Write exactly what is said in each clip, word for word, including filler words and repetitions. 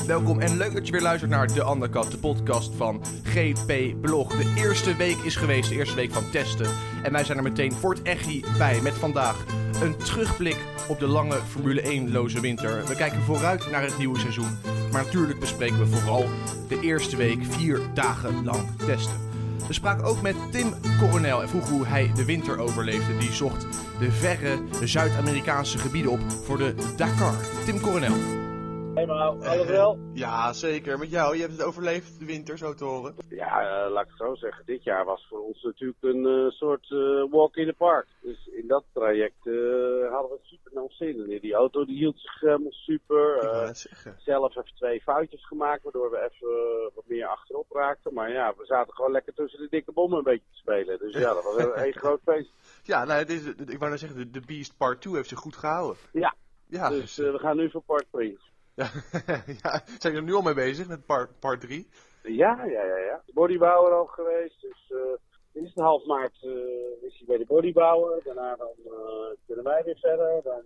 welkom en leuk dat je weer luistert naar De Undercut, de podcast van G P Blog. De eerste week is geweest, de eerste week van testen. En wij zijn er meteen voor het echi bij met vandaag een terugblik op de lange Formule één-loze winter. We kijken vooruit naar het nieuwe seizoen, maar natuurlijk bespreken we vooral de eerste week vier dagen lang testen. We spraken ook met Tim Coronel en vroegen hoe hij de winter overleefde. Die zocht de verre Zuid-Amerikaanse gebieden op voor de Dakar. Tim Coronel. Helemaal, alles wel? Ja, zeker. Met jou, je hebt het overleefd, de winter, zo te horen. Ja, uh, laat ik het zo zeggen. Dit jaar was voor ons natuurlijk een uh, soort uh, walk in the park. Dus in dat traject uh, hadden we het super naar ons zin. Die auto die hield zich helemaal super. Uh, zelf even twee foutjes gemaakt, waardoor we even uh, wat meer achterop raakten. Maar ja, we zaten gewoon lekker tussen de dikke bommen een beetje te spelen. Dus ja, dat was een, een groot feest. Ja, nou, het is, ik wou nou zeggen, de, de Beast Part twee heeft zich goed gehouden. Ja, ja dus, dus uh, we gaan nu voor Part drie. Ja, ja, zijn je er nu al mee bezig met part, part drie? Ja, ja, ja, ja. De bodybouwer al geweest, dus uh, is het half maart uh, is hij bij de bodybouwer. Daarna dan uh, kunnen wij weer verder. Dan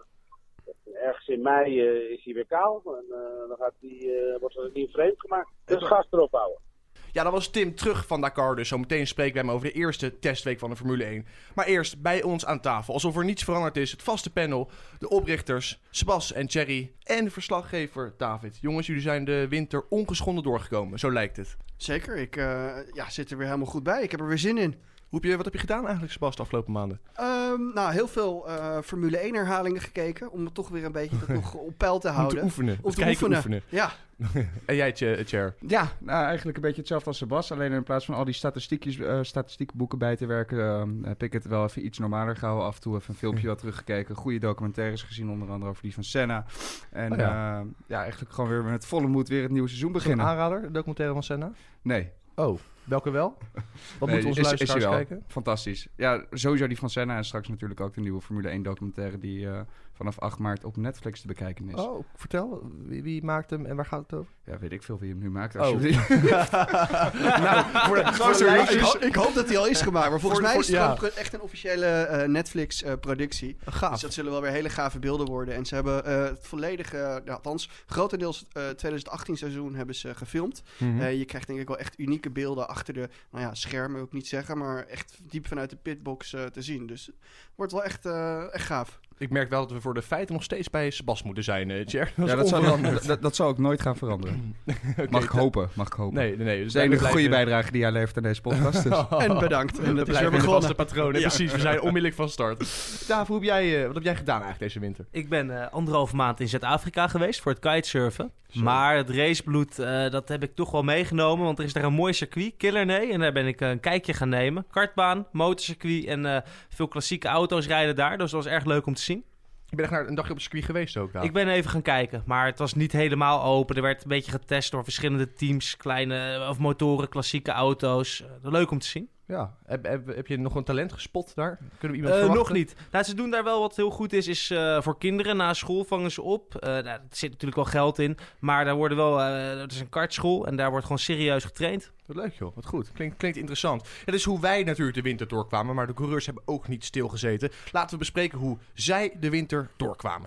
uh, ergens in mei uh, is hij weer kaal en uh, dan gaat die, uh, wordt er een nieuw frame gemaakt. Dus gas erop houden. Ja, dat was Tim terug van Dakar, dus zometeen spreken wij hem over de eerste testweek van de Formule één. Maar eerst bij ons aan tafel, alsof er niets veranderd is, het vaste panel, de oprichters, Sebas en Thierry en verslaggever David. Jongens, jullie zijn de winter ongeschonden doorgekomen, zo lijkt het. Zeker, ik uh, ja, zit er weer helemaal goed bij, ik heb er weer zin in. Hoe heb je, wat heb je gedaan eigenlijk, Sebas, de afgelopen maanden? Um, nou, heel veel uh, Formule één herhalingen gekeken, om het toch weer een beetje dat nog op peil te houden. Om te oefenen, om te kijken oefenen. oefenen. Ja. En jij, Cher? Ja, nou, eigenlijk een beetje hetzelfde als Sebas. Alleen in plaats van al die statistiekjes, uh, statistiekenboeken bij te werken, uh, heb ik het wel even iets normaler gehouden. Af en toe even een filmpje wat teruggekeken. Goede documentaires gezien, onder andere over die van Senna. En oh ja. Uh, ja, eigenlijk gewoon weer met volle moed weer het nieuwe seizoen beginnen. Een aanrader, de documentaire van Senna? Nee. Oh, welke wel? Wat nee, moeten onze is, luisteraars is kijken? Fantastisch. Ja, sowieso die van Senna en straks natuurlijk ook de nieuwe Formule één documentaire die uh, vanaf acht maart op Netflix te bekijken is. Oh, vertel. Wie, wie maakt hem en waar gaat het over? Ja, weet ik veel wie hem nu maakt. Oh. nou, voor de, voor de luisteraars, ik, ik hoop dat hij al is gemaakt, maar volgens voor, mij is het ja. gewoon echt een officiële uh, Netflix-productie. Uh, Gaaf. Dus dat zullen wel weer hele gave beelden worden. En ze hebben uh, het volledige, uh, althans grotendeels uh, twintig achttien seizoen hebben ze gefilmd. Mm-hmm. Uh, je krijgt denk ik wel echt unieke beelden achter de nou ja, schermen, wil ik niet zeggen, maar echt diep vanuit de pitbox uh, te zien. Dus het wordt wel echt, uh, echt gaaf. Ik merk wel dat we voor de feiten nog steeds bij Sebas moeten zijn, uh, Jer. Dat ja, dat zal, dat, dat, dat zal ook nooit gaan veranderen. okay, mag ik hopen, mag ik hopen. Nee, nee, nee. Dus de enige goede bijdrage die hij levert aan deze podcast. Dus. En bedankt. En dat is weer begonnen. Vaste patroon. Ja. Precies, we zijn onmiddellijk van start. Daaf, hoe heb jij, uh, wat heb jij gedaan eigenlijk deze winter? Ik ben uh, anderhalve maand in Zuid-Afrika geweest voor het kitesurfen. Zo. Maar het racebloed, uh, dat heb ik toch wel meegenomen. Want er is daar een mooi circuit, Killernay. En daar ben ik uh, een kijkje gaan nemen. Kartbaan, motorcircuit en uh, veel klassieke auto's rijden daar. Dus dat was erg leuk om te zien. Ik ben echt naar een dagje op het circuit geweest ook. Daar. Ik ben even gaan kijken, maar het was niet helemaal open. Er werd een beetje getest door verschillende teams, kleine of motoren, klassieke auto's. Uh, leuk om te zien. Ja, heb, heb, heb je nog een talent gespot daar? Kunnen we iemand uh, verwachten? Nog niet. Nou, ze doen daar wel wat heel goed is, is uh, voor kinderen. Na school vangen ze op. Uh, nou, er zit natuurlijk wel geld in, maar daar worden wel, uh, het is een kartschool en daar wordt gewoon serieus getraind. Wat leuk joh, wat goed. Klinkt, klinkt interessant. Het is hoe wij natuurlijk de winter doorkwamen, maar de coureurs hebben ook niet stilgezeten. Laten we bespreken hoe zij de winter doorkwamen.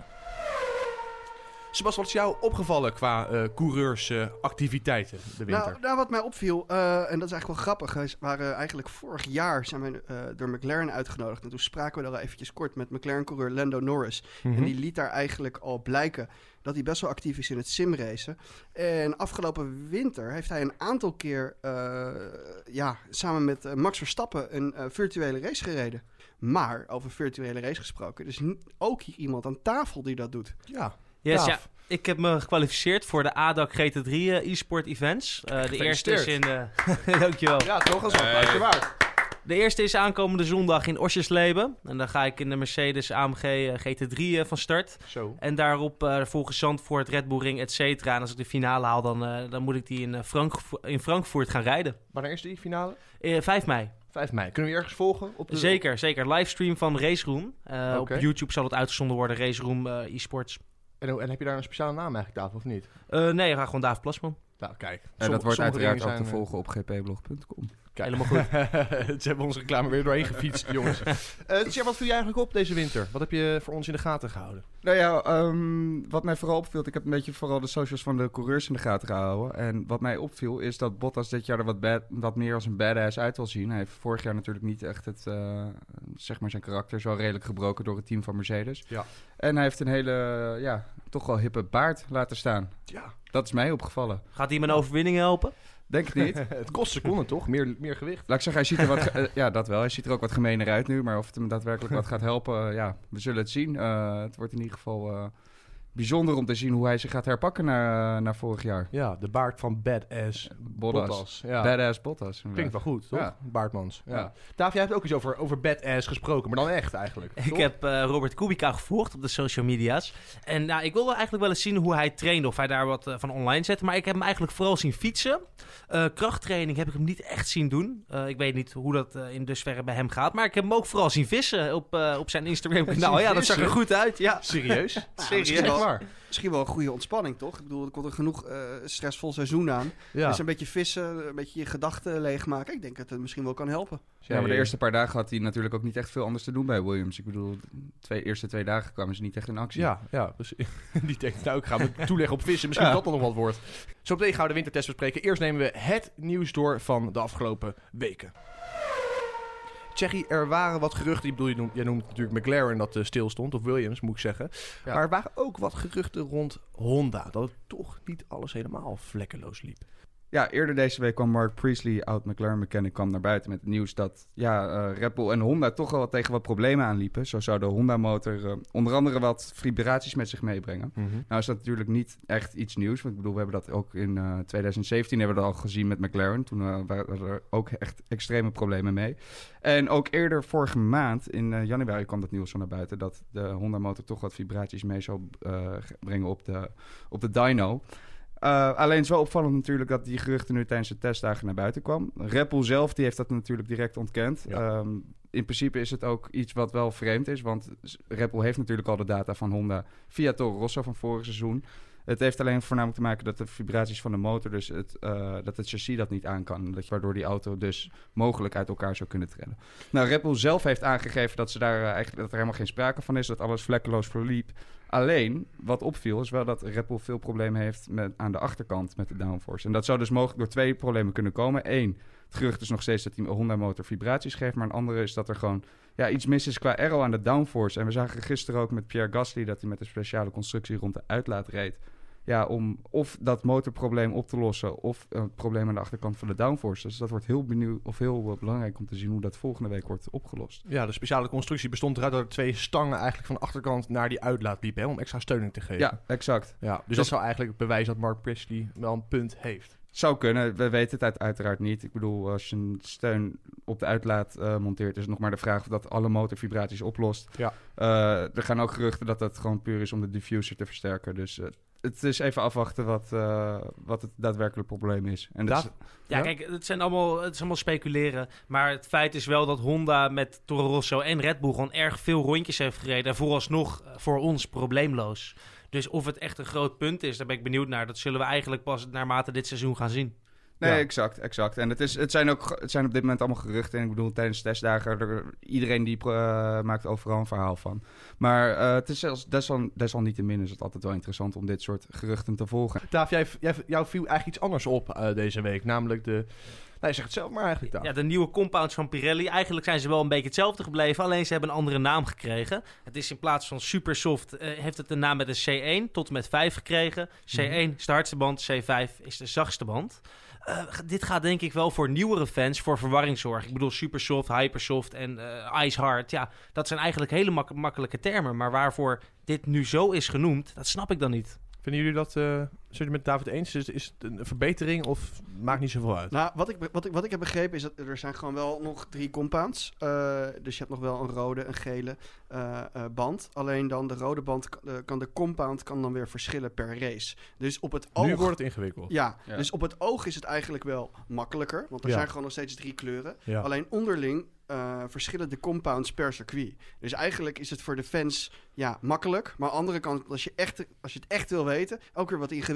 Sebas, wat is jou opgevallen qua uh, coureursactiviteiten uh, de winter? Nou, nou, wat mij opviel, uh, en dat is eigenlijk wel grappig, we waren eigenlijk vorig jaar zijn we, uh, door McLaren uitgenodigd. En toen spraken we daar al eventjes kort met McLaren-coureur Lando Norris. Mm-hmm. En die liet daar eigenlijk al blijken dat hij best wel actief is in het simracen. En afgelopen winter heeft hij een aantal keer uh, ja, samen met uh, Max Verstappen een uh, virtuele race gereden. Maar over virtuele race gesproken, er is n- ook hier iemand aan tafel die dat doet. Ja. Yes, ja, ik heb me gekwalificeerd voor de A D A C G T drie uh, e-sport events. Uh, de eerste is in... Uh, dankjewel. Ja, toch als applausje waard. De eerste is aankomende zondag in Oschersleben. En dan ga ik in de Mercedes A M G uh, G T drie uh, van start. Zo. En daarop uh, volgens Zandvoort, Red Bull Ring, et cetera. En als ik de finale haal, dan, uh, dan moet ik die in, uh, Frankf- in Frankfurt gaan rijden. Wanneer is die finale? Uh, vijf mei. vijf mei. Kunnen we je ergens volgen? Op de... Zeker, zeker. Livestream van Raceroom. Uh, okay. Op YouTube zal het uitgezonden worden, Raceroom uh, e-sports. En, en heb je daar een speciale naam eigenlijk, David, of niet? Uh, nee, ga gewoon David Plasman. Nou, kijk. En dat wordt uiteraard ook zijn, te volgen op g p blog punt com. Kijk. Helemaal goed. Ze hebben onze reclame weer doorheen gefietst, jongens. Uh, Tja, wat viel je eigenlijk op deze winter? Wat heb je voor ons in de gaten gehouden? Nou ja, um, wat mij vooral opviel, ik heb een beetje vooral de socials van de coureurs in de gaten gehouden. En wat mij opviel is dat Bottas dit jaar er wat, bad, wat meer als een badass uit wil zien. Hij heeft vorig jaar natuurlijk niet echt het, uh, zeg maar zijn karakter zo redelijk gebroken door het team van Mercedes. Ja. En hij heeft een hele, ja, toch wel hippe baard laten staan. Ja. Dat is mij opgevallen. Gaat hij hem een overwinning helpen? Denk het niet. Het kost seconden, toch? Meer, meer gewicht. Laat ik zeggen, hij ziet er wat... Ge- uh, ja, dat wel. Hij ziet er ook wat gemener uit nu. Maar of het hem daadwerkelijk wat gaat helpen, uh, ja, we zullen het zien. Uh, het wordt in ieder geval uh, bijzonder om te zien hoe hij zich gaat herpakken naar, uh, naar vorig jaar. Ja, de baard van badass Bottas. Bottas. Ja. Badass Bottas. Klinkt wel goed, toch? Ja. Baardmans. Ja. Ja. Daaf, jij hebt ook iets over, over badass gesproken, maar dan echt eigenlijk. Ik toch? heb uh, Robert Kubica gevolgd op de social media's. En nou, ik wilde eigenlijk wel eens zien hoe hij trainde, of hij daar wat uh, van online zette. Maar ik heb hem eigenlijk vooral zien fietsen. Uh, krachttraining heb ik hem niet echt zien doen. Uh, ik weet niet hoe dat uh, in dusverre bij hem gaat. Maar ik heb hem ook vooral zien vissen op, uh, op zijn Instagram-kanaal. Ja, dat zag er goed uit. Ja. Serieus? Nou, Serieus? misschien wel- waar? Misschien wel een goede ontspanning, toch? Ik bedoel, er komt er genoeg uh, stressvol seizoen aan. Ja. Dus een beetje vissen, een beetje je gedachten leegmaken. Ik denk dat het misschien wel kan helpen. Ja, maar de eerste paar dagen had hij natuurlijk ook niet echt veel anders te doen bij Williams. Ik bedoel, de twee, eerste twee dagen kwamen ze niet echt in actie. Ja, ja. Dus die denkt, nou, ik ga me toeleggen op vissen. Misschien Ja. dat dan nog wat wordt. Zo meteen gaan we de wintertest bespreken. Eerst nemen we het nieuws door van de afgelopen weken. Tsjechi, er waren wat geruchten. Ik bedoel, je noemt, jij noemt natuurlijk McLaren dat uh, stil stond. Of Williams, moet ik zeggen. Ja. Maar er waren ook wat geruchten rond Honda. Dat het toch niet alles helemaal vlekkeloos liep. Ja, eerder deze week kwam Mark Priestley, oud-McLaren mechanic, kwam naar buiten met het nieuws dat ja, uh, Red Bull en Honda toch wel tegen wat problemen aanliepen. Zo zou de Honda-motor uh, onder andere wat vibraties met zich meebrengen. Mm-hmm. Nou is dat natuurlijk niet echt iets nieuws. Want ik bedoel, we hebben dat ook in uh, twintig zeventien hebben we dat al gezien met McLaren. Toen uh, waren er ook echt extreme problemen mee. En ook eerder vorige maand, in uh, januari, kwam dat nieuws zo naar buiten dat de Honda-motor toch wat vibraties mee zou uh, brengen op de, op de dyno. Uh, alleen is wel opvallend natuurlijk dat die geruchten nu tijdens de testdagen naar buiten kwam. Red Bull zelf die heeft dat natuurlijk direct ontkend. Ja. Um, in principe is het ook iets wat wel vreemd is, want Red Bull heeft natuurlijk al de data van Honda via Toro Rosso van vorig seizoen. Het heeft alleen voornamelijk te maken dat de vibraties van de motor, dus het, uh, dat het chassis dat niet aan kan. Dat, waardoor die auto dus mogelijk uit elkaar zou kunnen treden. Nou, Red Bull zelf heeft aangegeven dat, ze daar, uh, eigenlijk, dat er helemaal geen sprake van is, dat alles vlekkeloos verliep. Alleen, wat opviel, is wel dat Red Bull veel problemen heeft met, aan de achterkant met de downforce. En dat zou dus mogelijk door twee problemen kunnen komen. Eén, het gerucht is nog steeds dat die Honda-motor vibraties geeft. Maar een andere is dat er gewoon ja, iets mis is qua aero aan de downforce. En we zagen gisteren ook met Pierre Gasly dat hij met een speciale constructie rond de uitlaat reed. Ja, om of dat motorprobleem op te lossen of het uh, probleem aan de achterkant van de downforce. Dus dat wordt heel benieuwd of heel uh, belangrijk om te zien hoe dat volgende week wordt opgelost. Ja, de speciale constructie bestond eruit dat er twee stangen eigenlijk van de achterkant naar die uitlaat liepen, hè, om extra steuning te geven. Ja, exact. Ja, dus dat zou eigenlijk bewijzen dat Mark Priestley wel een punt heeft. Zou kunnen, we weten het uit, uiteraard niet. Ik bedoel, als je een steun op de uitlaat uh, monteert, is het nog maar de vraag of dat alle motorvibraties oplost. Ja. Uh, er gaan ook geruchten dat dat gewoon puur is om de diffuser te versterken. Dus uh, het is even afwachten wat, uh, wat het daadwerkelijk probleem is. En dat is Ja, Ja? kijk, het, zijn allemaal, het is allemaal speculeren. Maar het feit is wel dat Honda met Toro Rosso en Red Bull gewoon erg veel rondjes heeft gereden. En vooralsnog voor ons probleemloos. Dus of het echt een groot punt is, daar ben ik benieuwd naar. Dat zullen we eigenlijk pas naarmate dit seizoen gaan zien. Nee, Ja. exact, exact. En het, is, het, zijn ook, het zijn op dit moment allemaal geruchten. En ik bedoel, tijdens de testdagen, er, iedereen die uh, maakt overal een verhaal van. Maar uh, het is zelfs desal, desalniettemin is het altijd wel interessant om dit soort geruchten te volgen. Daaf, jij, jij, jou viel eigenlijk iets anders op uh, deze week. Namelijk de... Nee, zeg het zelf maar eigenlijk, Daaf. Ja, de nieuwe compounds van Pirelli. Eigenlijk zijn ze wel een beetje hetzelfde gebleven. Alleen ze hebben een andere naam gekregen. Het is in plaats van Supersoft, uh, heeft het de naam met een C één tot en met vijf gekregen. C één is de hardste band, C vijf is de zachtste band. Uh, dit gaat denk ik wel voor nieuwere fans voor verwarring zorgen. Ik bedoel, Supersoft, Hypersoft en uh, Ice Hard. Ja, dat zijn eigenlijk hele mak- makkelijke termen. Maar waarvoor dit nu zo is genoemd, dat snap ik dan niet. Vinden jullie dat... Uh, zijn jullie met David eens? Is, is het een verbetering of maakt niet zoveel uit? Nou, wat ik, wat, ik, wat ik heb begrepen is dat er zijn gewoon wel nog drie compounds. Uh, dus je hebt nog wel een rode, een gele uh, uh, band. Alleen dan de rode band, uh, kan de compound kan dan weer verschillen per race. Dus op het oog... Nu wordt het ingewikkeld. Ja, Ja. dus op het oog is het eigenlijk wel makkelijker. Want er Ja. zijn gewoon nog steeds drie kleuren. Ja. Alleen onderling uh, verschillen de compounds per circuit. Dus eigenlijk is het voor de fans ja, makkelijk. Maar aan de andere kant, als je, echt, als je het echt wil weten, ook weer wat ingewikkeld.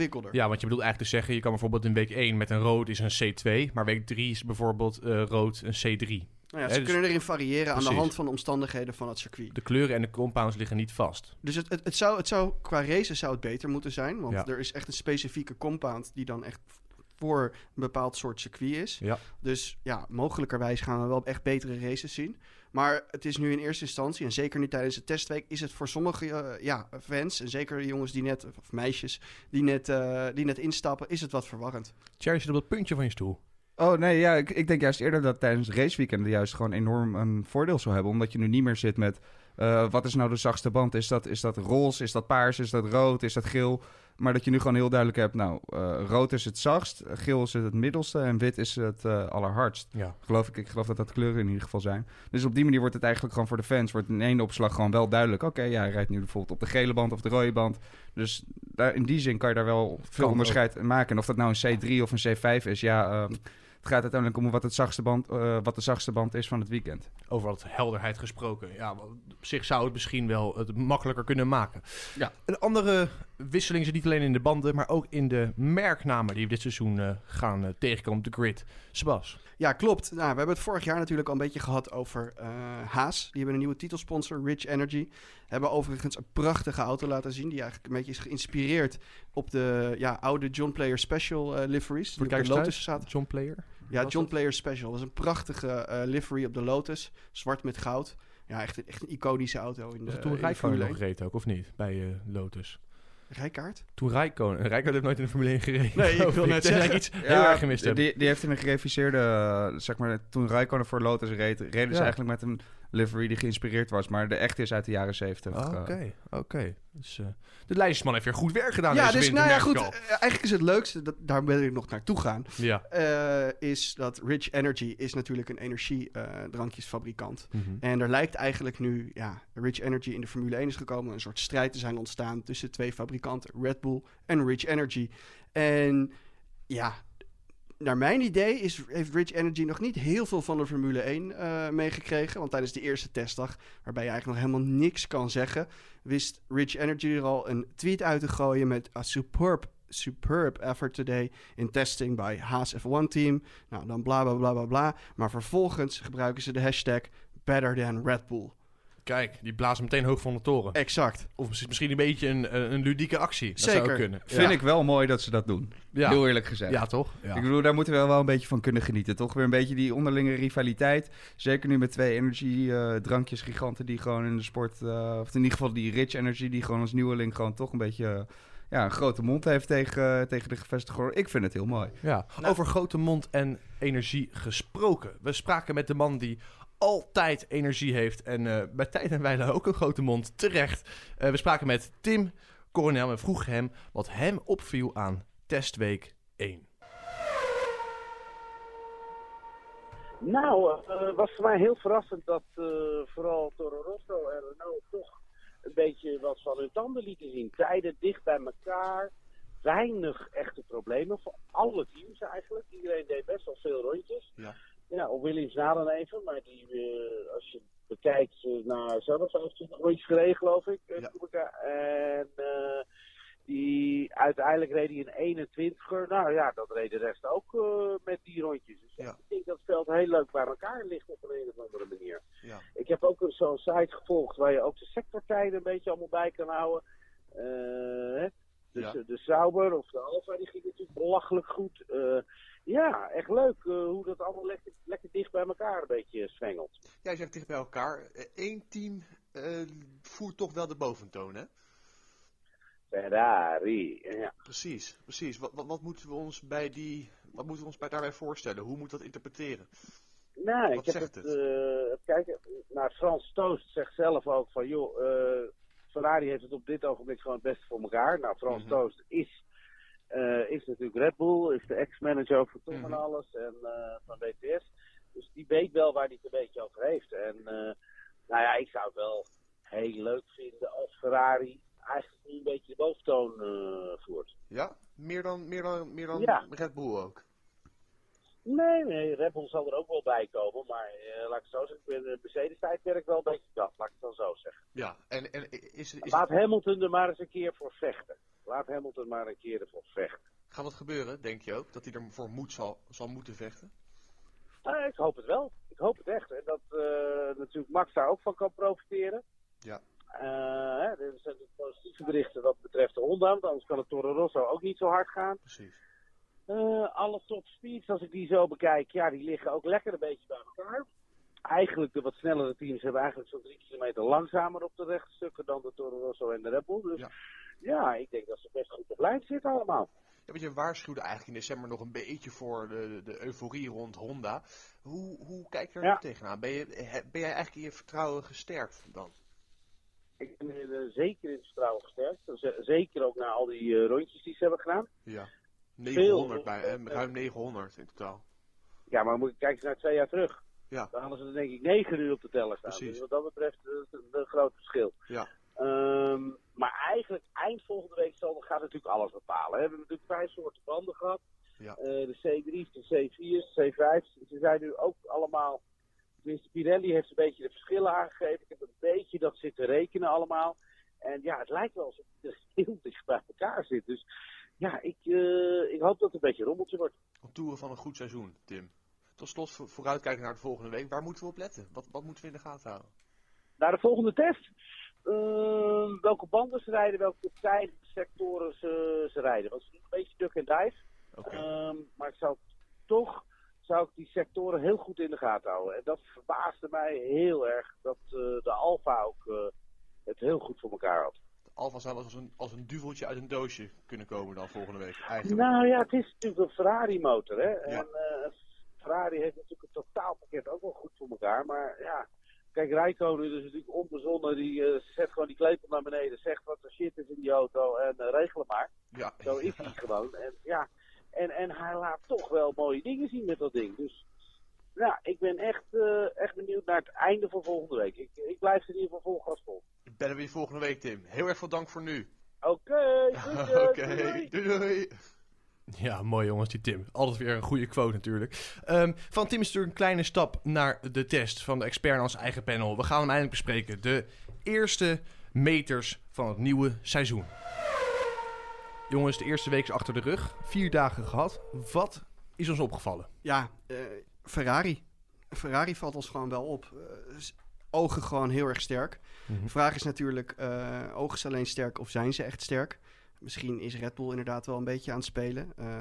ingewikkelder. Ja, want je bedoelt eigenlijk te zeggen, je kan bijvoorbeeld in week één met een rood is een C twee, maar week drie is bijvoorbeeld uh, rood een C drie. Nou ja, He, ze dus kunnen erin variëren precies. aan de hand van de omstandigheden van het circuit. De kleuren en de compounds liggen niet vast. Dus het, het, het, zou, het zou, qua races zou het beter moeten zijn. Want Ja. er is echt een specifieke compound die dan echt voor een bepaald soort circuit is. Ja. Dus ja, mogelijkerwijs gaan we wel echt betere races zien. Maar het is nu in eerste instantie, en zeker nu tijdens de testweek, is het voor sommige uh, ja, fans, en zeker jongens die net, of meisjes, die net, uh, die net instappen, is het wat verwarrend. Thierry zit op het puntje van je stoel. Oh nee, ja, ik, ik denk juist eerder dat tijdens raceweekenden juist gewoon enorm een voordeel zou hebben. Omdat je nu niet meer zit met, uh, wat is nou de zachtste band? Is dat, is dat roze, is dat paars, is dat rood, is dat geel? Maar dat je nu gewoon heel duidelijk hebt, nou, uh, rood is het zachtst, geel is het het middelste en wit is het uh, allerhardst. Ja. Geloof ik, ik geloof dat dat de kleuren in ieder geval zijn. Dus op die manier wordt het eigenlijk gewoon voor de fans, wordt in één opslag gewoon wel duidelijk. Oké, okay, ja, hij rijdt nu bijvoorbeeld op de gele band of de rode band. Dus daar, in die zin kan je daar wel veel Kan onderscheid in maken. En of dat nou een C drie of een C vijf is, ja... Uh, het gaat uiteindelijk om wat, het zachtste band, uh, wat de zachtste band is van het weekend. Over wat helderheid gesproken. Ja, op zich zou het misschien wel het makkelijker kunnen maken. Ja. Een andere wisseling zit niet alleen in de banden, maar ook in de merknamen die we dit seizoen uh, gaan uh, tegenkomen op de grid. Sebas. Ja, klopt. Nou, we hebben het vorig jaar natuurlijk al een beetje gehad over uh, Haas. Die hebben een nieuwe titelsponsor, Rich Energy. Hebben overigens een prachtige auto laten zien, die eigenlijk een beetje is geïnspireerd op de ja, oude John Player Special uh, liveries. Die op de Lotus zaten. John Player? Ja, John Player Special. Dat is een prachtige uh, livery op de Lotus. Zwart met goud. Ja, echt, echt een iconische auto in de, Was toen uh, Rijkonen nog gereden ook, of niet? Bij uh, Lotus. Rijkaard? Toen Rijkonen. Rijkaard heeft nooit in de Formule één gereden. Nee, ik wil net zeggen. iets ja, heel erg gemist hebben. Die, die heeft in een gereviseerde, uh, zeg maar, toen Rijkonen voor Lotus reed, reden ze ja. eigenlijk met een livery die geïnspireerd was. Maar de echte is uit de jaren zeventig. Oké, uh. oké. Okay. Dus uh, de lijstman heeft weer goed werk gedaan Ja, deze dus winter, nou ja, goed. uh, eigenlijk is het leukste, dat, daar ben ik nog naartoe gaan, ja. uh, is dat Rich Energy is natuurlijk een energiedrankjesfabrikant. Uh, mm-hmm. En er lijkt eigenlijk nu, ja, Rich Energy in de Formule één is gekomen, een soort strijd te zijn ontstaan tussen twee fabrikanten, Red Bull en Rich Energy. En ja, naar mijn idee is, heeft Rich Energy nog niet heel veel van de Formule één uh, meegekregen. Want tijdens de eerste testdag, waarbij je eigenlijk nog helemaal niks kan zeggen, wist Rich Energy er al een tweet uit te gooien met a superb, superb effort today in testing by Haas F één team. Nou, dan bla bla bla bla bla. Maar vervolgens gebruiken ze de hashtag better than Red Bull. Kijk, die blazen meteen hoog van de toren. Exact. Of misschien een beetje een, een ludieke actie. Dat Zeker. zou kunnen. Vind Ja. ik wel mooi dat ze dat doen. Ja. Heel eerlijk gezegd. Ja, toch? Ja. Ik bedoel, daar moeten we wel een beetje van kunnen genieten. Toch weer een beetje die onderlinge rivaliteit. Zeker nu met twee energiedrankjes, uh, giganten die gewoon in de sport... Uh, of in ieder geval die Rich Energy, die gewoon als nieuweling gewoon toch een beetje... Uh, ja, een grote mond heeft tegen, uh, tegen de gevestigde. Ik vind het heel mooi. Ja. Nou. Over grote mond en energie gesproken. We spraken met de man die altijd energie heeft. En uh, bij tijd en wijle ook een grote mond. Terecht. Uh, we spraken met Tim Coronel en vroegen hem wat hem opviel aan testweek één. Nou, het uh, was voor mij heel verrassend dat uh, vooral Toro Rosso en Renault toch een beetje wat van hun tanden lieten zien. Tijden dicht bij elkaar. Weinig echte problemen voor alle teams eigenlijk. Iedereen deed best wel veel rondjes. Ja. Ja, op Williams na dan even, maar die, uh, als je bekijkt uh, naar zelf vijfentwintig rondjes gereden, geloof ik. Uh, ja. En uh, die uiteindelijk reed hij een eenentwintiger. Nou ja, dat reed de rest ook uh, met die rondjes. Dus ja. Ik denk dat het veld heel leuk bij elkaar ligt op een, een of andere manier. Ja. Ik heb ook zo'n site gevolgd waar je ook de sectortijden een beetje allemaal bij kan houden. Uh, dus ja. de Sauber of de Alfa, die ging natuurlijk belachelijk goed. Uh, Ja, echt leuk uh, hoe dat allemaal lekker, lekker dicht bij elkaar een beetje zwengelt. Ja, je zegt dicht bij elkaar. Eén team uh, voert toch wel de boventoon, hè? Ferrari, ja. Precies, precies. Wat, wat, wat moeten we ons bij die, wat moeten we ons bij daarbij voorstellen? Hoe moet dat interpreteren? Nou, wat ik heb zegt het, het? Uh, kijk, nou, Frans Toost zegt zelf ook van, joh, uh, Ferrari heeft het op dit ogenblik gewoon het beste voor elkaar. Nou, Frans mm-hmm. Toost is... Uh, is natuurlijk Red Bull, is de ex-manager van Tom mm-hmm. en alles en uh, van W T S. Dus die weet wel waar hij het een beetje over heeft. En uh, nou ja, ik zou het wel heel leuk vinden als Ferrari eigenlijk nu een beetje de boventoon uh, voert. Ja? Meer dan, meer dan, meer dan ja. Red Bull ook? Nee, nee, Red Bull zal er ook wel bij komen. Maar uh, laat ik het zo zeggen, de Mercedes-tijdperk wel een beetje dat, laat ik het dan zo zeggen. Ja, en, en is, is Laat Hamilton er maar eens een keer voor vechten. Laat Hamilton maar een keer ervoor vechten. Gaat dat gebeuren, denk je ook? Dat hij ervoor moet zal, zal moeten vechten? Uh, ik hoop het wel. Ik hoop het echt. En dat uh, natuurlijk Max daar ook van kan profiteren. Ja. Uh, hè, er zijn positieve berichten wat betreft de Honda. Want anders kan het Toro Rosso ook niet zo hard gaan. Precies. Uh, alle top speeds, als ik die zo bekijk, ja, die liggen ook lekker een beetje bij elkaar. Eigenlijk de wat snellere teams hebben eigenlijk zo'n drie kilometer langzamer op de rechtstukken dan de Toro Rosso en de Red Bull. Dus ja. ja, ik denk dat ze best goed op lijn zitten allemaal. Ja, want je waarschuwde eigenlijk in december nog een beetje voor de, de euforie rond Honda. Hoe, hoe kijk je er ja. nu tegenaan? Ben, je, ben jij eigenlijk in je vertrouwen gesterkt dan? Ik ben uh, zeker in het vertrouwen gesterkt. Z- zeker ook na al die uh, rondjes die ze hebben gedaan. Ja, negenhonderd bij, hè? Ruim negenhonderd in totaal. Ja, maar moet je kijken naar twee jaar terug. Ja. Dan hadden ze er denk ik negen uur op de teller staan. Precies. Dus wat dat betreft is een groot verschil. Ja. Um, maar eigenlijk eind volgende week zal, gaat natuurlijk alles bepalen. We hebben natuurlijk vijf soorten banden gehad. Ja. Uh, de C drie, de C vier, de C vijf. Ze zijn nu ook allemaal... Tenminste, Pirelli heeft een beetje de verschillen aangegeven. Ik heb een beetje dat zitten rekenen allemaal. En ja, het lijkt wel alsof het heel dicht bij elkaar zit. Dus ja, ik, uh, ik hoop dat het een beetje een rommeltje wordt. Contouren van een goed seizoen, Tim. Tot slot, vooruitkijken naar de volgende week. Waar moeten we op letten? Wat, wat moeten we in de gaten houden? Naar de volgende test? Uh, welke banden ze rijden, welke tijdsectoren ze, ze rijden. Want ze doen een beetje duck en dive. Okay. Um, maar ik zou toch zou ik die sectoren heel goed in de gaten houden. En dat verbaasde mij heel erg dat uh, de Alfa ook uh, het heel goed voor elkaar had. De Alfa zou als een, als een duveltje uit een doosje kunnen komen dan volgende week eigenlijk. Nou ja, het is natuurlijk een Ferrari motor. Hè? Ja. En uh, Ferrari heeft natuurlijk het totaalpakket ook wel goed voor elkaar. Maar ja, kijk, Räikkönen is natuurlijk onbezonnen. Die uh, zet gewoon die klepel naar beneden. Zegt wat er shit is in die auto en uh, regel maar. Ja. Zo is hij gewoon. En ja... En, en hij laat toch wel mooie dingen zien met dat ding. Dus ja, ik ben echt, uh, echt benieuwd naar het einde van volgende week. Ik, ik blijf er in ieder geval vol gas vol. Ik ben er weer volgende week, Tim. Heel erg veel dank voor nu. Oké, okay, Oké, doei, doei doei. Ja, mooi jongens, die Tim. Altijd weer een goede quote natuurlijk. Um, van Tim is natuurlijk een kleine stap naar de test van de expert en ons eigen panel. We gaan hem eindelijk bespreken. De eerste meters van het nieuwe seizoen. Jongens, de eerste week is achter de rug. Vier dagen gehad. Wat is ons opgevallen? Ja, uh, Ferrari. Ferrari valt ons gewoon wel op. Uh, ogen gewoon heel erg sterk. Mm-hmm. De vraag is natuurlijk, uh, ogen ze alleen sterk of zijn ze echt sterk? Misschien is Red Bull inderdaad wel een beetje aan het spelen. Uh,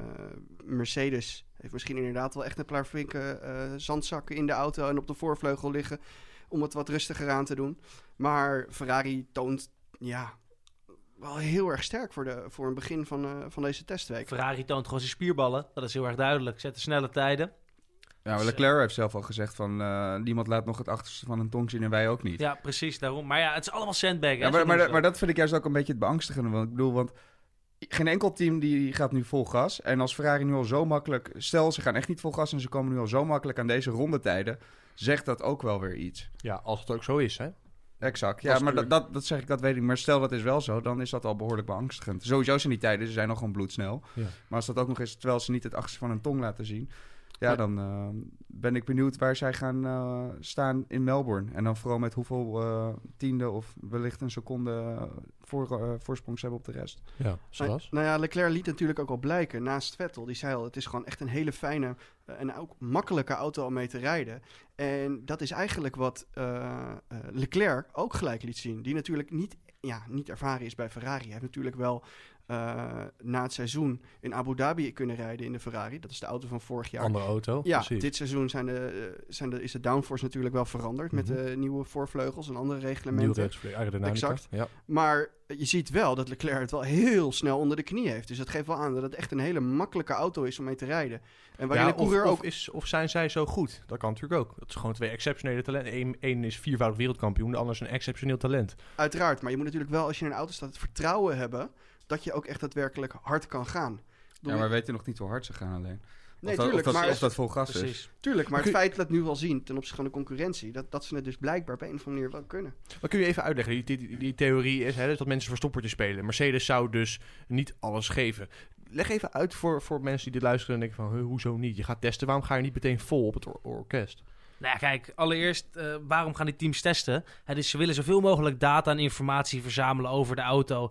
Mercedes heeft misschien inderdaad wel echt een paar flinke uh, zandzakken in de auto en op de voorvleugel liggen om het wat rustiger aan te doen. Maar Ferrari toont, ja... wel heel erg sterk voor, de, voor een begin van, uh, van deze testweek. Ferrari toont gewoon zijn spierballen. Dat is heel erg duidelijk. Zet de snelle tijden. Ja, maar Leclerc heeft zelf al gezegd van... Uh, niemand laat nog het achterste van een tong zien en wij ook niet. Ja, precies. Daarom. Maar ja, het is allemaal sandbag. Ja, maar, maar, maar, maar dat vind ik juist ook een beetje het beangstigende. Want ik bedoel, want geen enkel team die gaat nu vol gas. En als Ferrari nu al zo makkelijk... Stel, ze gaan echt niet vol gas en ze komen nu al zo makkelijk aan deze rondetijden... Zegt dat ook wel weer iets. Ja, als het ook zo is, hè? Exact, ja, maar dat, dat, dat zeg ik, dat weet ik. Maar stel dat is wel zo, dan is dat al behoorlijk beangstigend. Sowieso zijn die tijden, ze zijn al gewoon bloedsnel. Ja. Maar als dat ook nog eens, terwijl ze niet het achterste van hun tong laten zien... Ja, dan uh, ben ik benieuwd waar zij gaan uh, staan in Melbourne. En dan vooral met hoeveel uh, tiende of wellicht een seconde voor, uh, voorsprong ze hebben op de rest. Ja, zoals? Nou, nou ja, Leclerc liet natuurlijk ook al blijken naast Vettel. Die zei al, het is gewoon echt een hele fijne uh, en ook makkelijke auto om mee te rijden. En dat is eigenlijk wat uh, uh, Leclerc ook gelijk liet zien. Die natuurlijk niet, ja, niet ervaren is bij Ferrari. Hij heeft natuurlijk wel... Uh, na het seizoen in Abu Dhabi kunnen rijden in de Ferrari. Dat is de auto van vorig jaar. Andere auto, Ja, precies. Dit seizoen zijn de, uh, zijn de, is de downforce natuurlijk wel veranderd... Mm-hmm. met de nieuwe voorvleugels en andere reglementen. Nieuwe aerodynamica. Exact. Ja. Maar je ziet wel dat Leclerc het wel heel snel onder de knie heeft. Dus dat geeft wel aan dat het echt een hele makkelijke auto is om mee te rijden. En waarin ja, de coureur of, ook... of, is, of zijn zij zo goed? Dat kan natuurlijk ook. Dat is gewoon twee exceptionele talenten. Eén, één is viervoudig wereldkampioen, de ander is een exceptioneel talent. Uiteraard, maar je moet natuurlijk wel, als je in een auto staat, het vertrouwen hebben... dat je ook echt daadwerkelijk hard kan gaan. Ja, maar we weten nog niet hoe hard ze gaan alleen. Nee, of dat, tuurlijk, of dat, maar... Of dat vol gas precies. is. Tuurlijk, maar het feit dat nu wel zien ten opzichte van de concurrentie... dat, dat ze het dus blijkbaar op een of andere manier wel kunnen. Maar kun je even uitleggen, die, die, die theorie is hè, dus dat mensen verstoppertje spelen. Mercedes zou dus niet alles geven. Leg even uit voor, voor mensen die dit luisteren en denken van... Huh, hoezo niet? Je gaat testen, waarom ga je niet meteen vol op het or- orkest? Nou ja, kijk, allereerst, uh, waarom gaan die teams testen? Hè, dus ze willen zoveel mogelijk data en informatie verzamelen over de auto...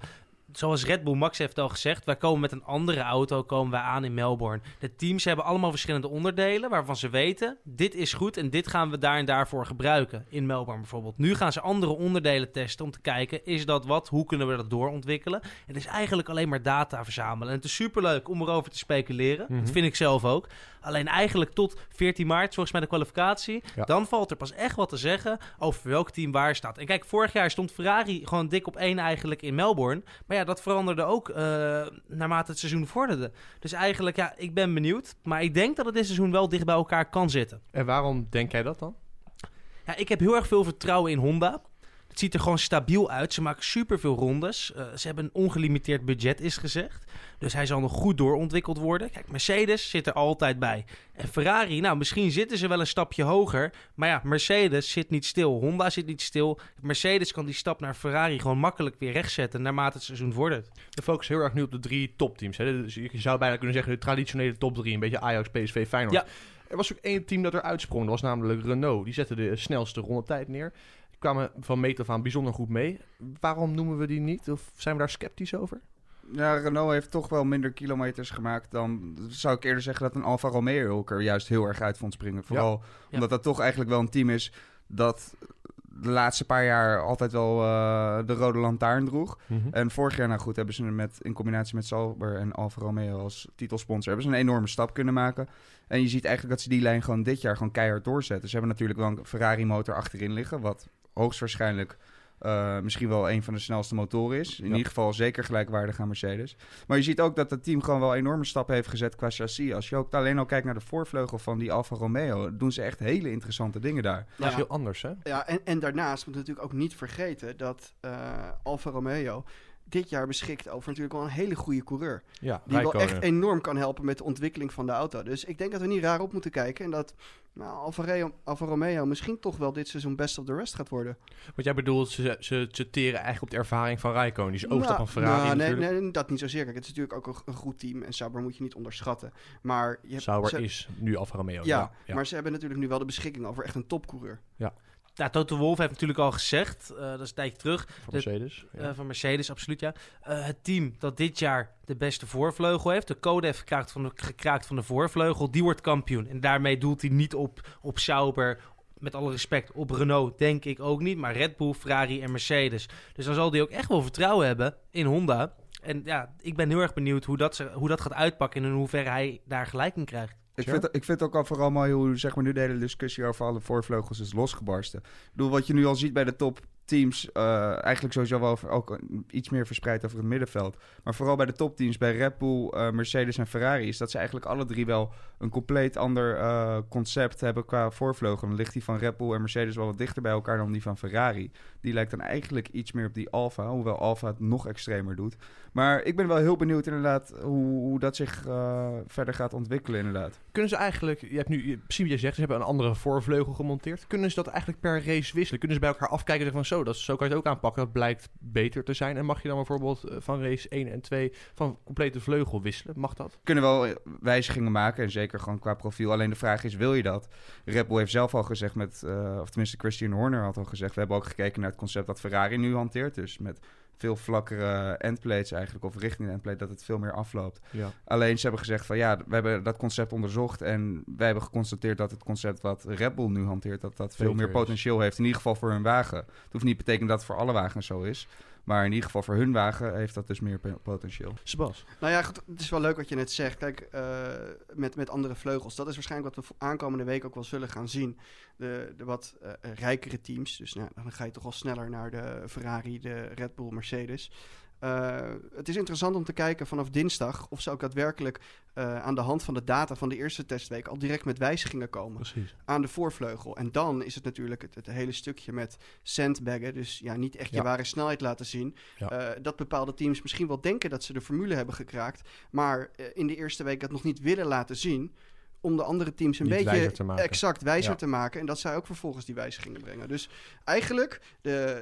zoals Red Bull, Max heeft al gezegd, wij komen met een andere auto komen wij aan in Melbourne. De teams hebben allemaal verschillende onderdelen waarvan ze weten, dit is goed en dit gaan we daar en daarvoor gebruiken. In Melbourne bijvoorbeeld. Nu gaan ze andere onderdelen testen om te kijken, is dat wat? Hoe kunnen we dat doorontwikkelen? Het is eigenlijk alleen maar data verzamelen. En het is superleuk om erover te speculeren. Mm-hmm. Dat vind ik zelf ook. Alleen eigenlijk tot veertien maart, volgens mij de kwalificatie, ja. Dan valt er pas echt wat te zeggen over welk team waar staat. En kijk, vorig jaar stond Ferrari gewoon dik op één eigenlijk in Melbourne. Maar ja, dat veranderde ook uh, naarmate het seizoen vorderde. Dus eigenlijk, ja, ik ben benieuwd. Maar ik denk dat het dit seizoen wel dicht bij elkaar kan zitten. En waarom denk jij dat dan? Ja, ik heb heel erg veel vertrouwen in Honda. Het ziet er gewoon stabiel uit. Ze maken superveel rondes. Uh, ze hebben een ongelimiteerd budget, is gezegd. Dus hij zal nog goed doorontwikkeld worden. Kijk, Mercedes zit er altijd bij. En Ferrari, nou, misschien zitten ze wel een stapje hoger. Maar ja, Mercedes zit niet stil. Honda zit niet stil. Mercedes kan die stap naar Ferrari gewoon makkelijk weer rechtzetten naarmate het seizoen vordert. De focus heel erg nu op de drie topteams. Hè? Dus je zou bijna kunnen zeggen de traditionele top drie. Een beetje Ajax, P S V, Feyenoord. Ja. Er was ook één team dat er uitsprong. Dat was namelijk Renault. Die zette de snelste rondetijd neer. Die kwamen van meet af aan bijzonder goed mee. Waarom noemen we die niet? Of zijn we daar sceptisch over? Ja, Renault heeft toch wel minder kilometers gemaakt dan... zou ik eerder zeggen dat een Alfa Romeo er juist heel erg uit vond springen. Vooral ja. omdat ja. dat toch eigenlijk wel een team is dat de laatste paar jaar altijd wel uh, de rode lantaarn droeg. Mm-hmm. En vorig jaar, nou goed, hebben ze met, in combinatie met Sauber en Alfa Romeo als titelsponsor, hebben ze een enorme stap kunnen maken. En je ziet eigenlijk dat ze die lijn gewoon dit jaar gewoon keihard doorzetten. Ze hebben natuurlijk wel een Ferrari motor achterin liggen, wat hoogstwaarschijnlijk uh, misschien wel een van de snelste motoren is. In ja. ieder geval zeker gelijkwaardig aan Mercedes. Maar je ziet ook dat het team gewoon wel enorme stappen heeft gezet qua chassis. Als je ook alleen al kijkt naar de voorvleugel van die Alfa Romeo, doen ze echt hele interessante dingen daar. Dat ja. is heel anders, hè? Ja, en, en daarnaast moet je natuurlijk ook niet vergeten dat uh, Alfa Romeo dit jaar beschikt over natuurlijk wel een hele goede coureur. Ja, die wel echt enorm kan helpen met de ontwikkeling van de auto. Dus ik denk dat we niet raar op moeten kijken. En dat nou, Alfa, Re- Alfa Romeo misschien toch wel dit seizoen best of the rest gaat worden. Wat jij bedoelt, ze, ze, ze teren eigenlijk op de ervaring van Raikkonen. Die is overstap nou, van Ferrari nou, nee, nee, dat niet zozeer. Kijk, het is natuurlijk ook een, een goed team. En Sauber moet je niet onderschatten. Maar je hebt, Sauber ze, is nu Alfa Romeo. Ja, ja, ja, maar ze hebben natuurlijk nu wel de beschikking over echt een topcoureur. Ja. Ja, Toto Wolff heeft natuurlijk al gezegd, uh, dat is een tijdje terug. Van Mercedes. De, uh, van Mercedes, absoluut, ja. Uh, het team dat dit jaar de beste voorvleugel heeft, de code heeft gekraakt van de, gekraakt van de voorvleugel, die wordt kampioen. En daarmee doelt hij niet op, op Sauber, met alle respect, op Renault denk ik ook niet, maar Red Bull, Ferrari en Mercedes. Dus dan zal hij ook echt wel vertrouwen hebben in Honda. En ja, ik ben heel erg benieuwd hoe dat, hoe dat gaat uitpakken en in hoeverre hij daar gelijk in krijgt. Ik vind, ik vind ook al vooral mooi hoe zeg maar, nu de hele discussie over alle voorvleugels is losgebarsten. Ik bedoel, wat je nu al ziet bij de topteams, uh, eigenlijk sowieso wel over, ook iets meer verspreid over het middenveld. Maar vooral bij de topteams, bij Red Bull, uh, Mercedes en Ferrari, is dat ze eigenlijk alle drie wel een compleet ander uh, concept hebben qua voorvleugel. Dan ligt die van Red Bull en Mercedes wel wat dichter bij elkaar dan die van Ferrari. Die lijkt dan eigenlijk iets meer op die Alfa, hoewel Alfa het nog extremer doet. Maar ik ben wel heel benieuwd inderdaad hoe, hoe dat zich uh, verder gaat ontwikkelen inderdaad. Kunnen ze eigenlijk, je hebt nu, precies wat je zegt, ze hebben een andere voorvleugel gemonteerd. Kunnen ze dat eigenlijk per race wisselen? Kunnen ze bij elkaar afkijken en zeggen van zo, dat, zo kan je het ook aanpakken. Dat blijkt beter te zijn. En mag je dan bijvoorbeeld van race één en twee van complete vleugel wisselen? Mag dat? Kunnen wel wijzigingen maken en zeker gewoon qua profiel. Alleen de vraag is, wil je dat? Red Bull heeft zelf al gezegd met, uh, of tenminste Christian Horner had al gezegd, we hebben ook gekeken naar het concept dat Ferrari nu hanteert. Dus met veel vlakkere endplates eigenlijk, of richting de endplate, dat het veel meer afloopt. Ja. Alleen ze hebben gezegd van ja, we hebben dat concept onderzocht en wij hebben geconstateerd dat het concept wat Red Bull nu hanteert, dat dat veel Beter meer potentieel is. heeft. In ieder geval voor hun wagen. Het hoeft niet te betekenen dat het voor alle wagens zo is. Maar in ieder geval voor hun wagen heeft dat dus meer potentieel. Sebas. Nou ja, goed, het is wel leuk wat je net zegt. Kijk, uh, met, met andere vleugels. Dat is waarschijnlijk wat we aankomende week ook wel zullen gaan zien. De, de wat uh, rijkere teams. Dus nou, dan ga je toch al sneller naar de Ferrari, de Red Bull, Mercedes. Uh, het is interessant om te kijken vanaf dinsdag of ze ook daadwerkelijk uh, aan de hand van de data van de eerste testweek al direct met wijzigingen komen. Precies. Aan de voorvleugel. En dan is het natuurlijk het, het hele stukje met sandbaggen, dus ja, niet echt je ja. ware snelheid laten zien. Ja. Uh, dat bepaalde teams misschien wel denken dat ze de formule hebben gekraakt, maar uh, in de eerste week dat nog niet willen laten zien, om de andere teams een niet beetje wijzer te maken. exact wijzer ja. te maken. En dat zij ook vervolgens die wijzigingen brengen. Dus eigenlijk de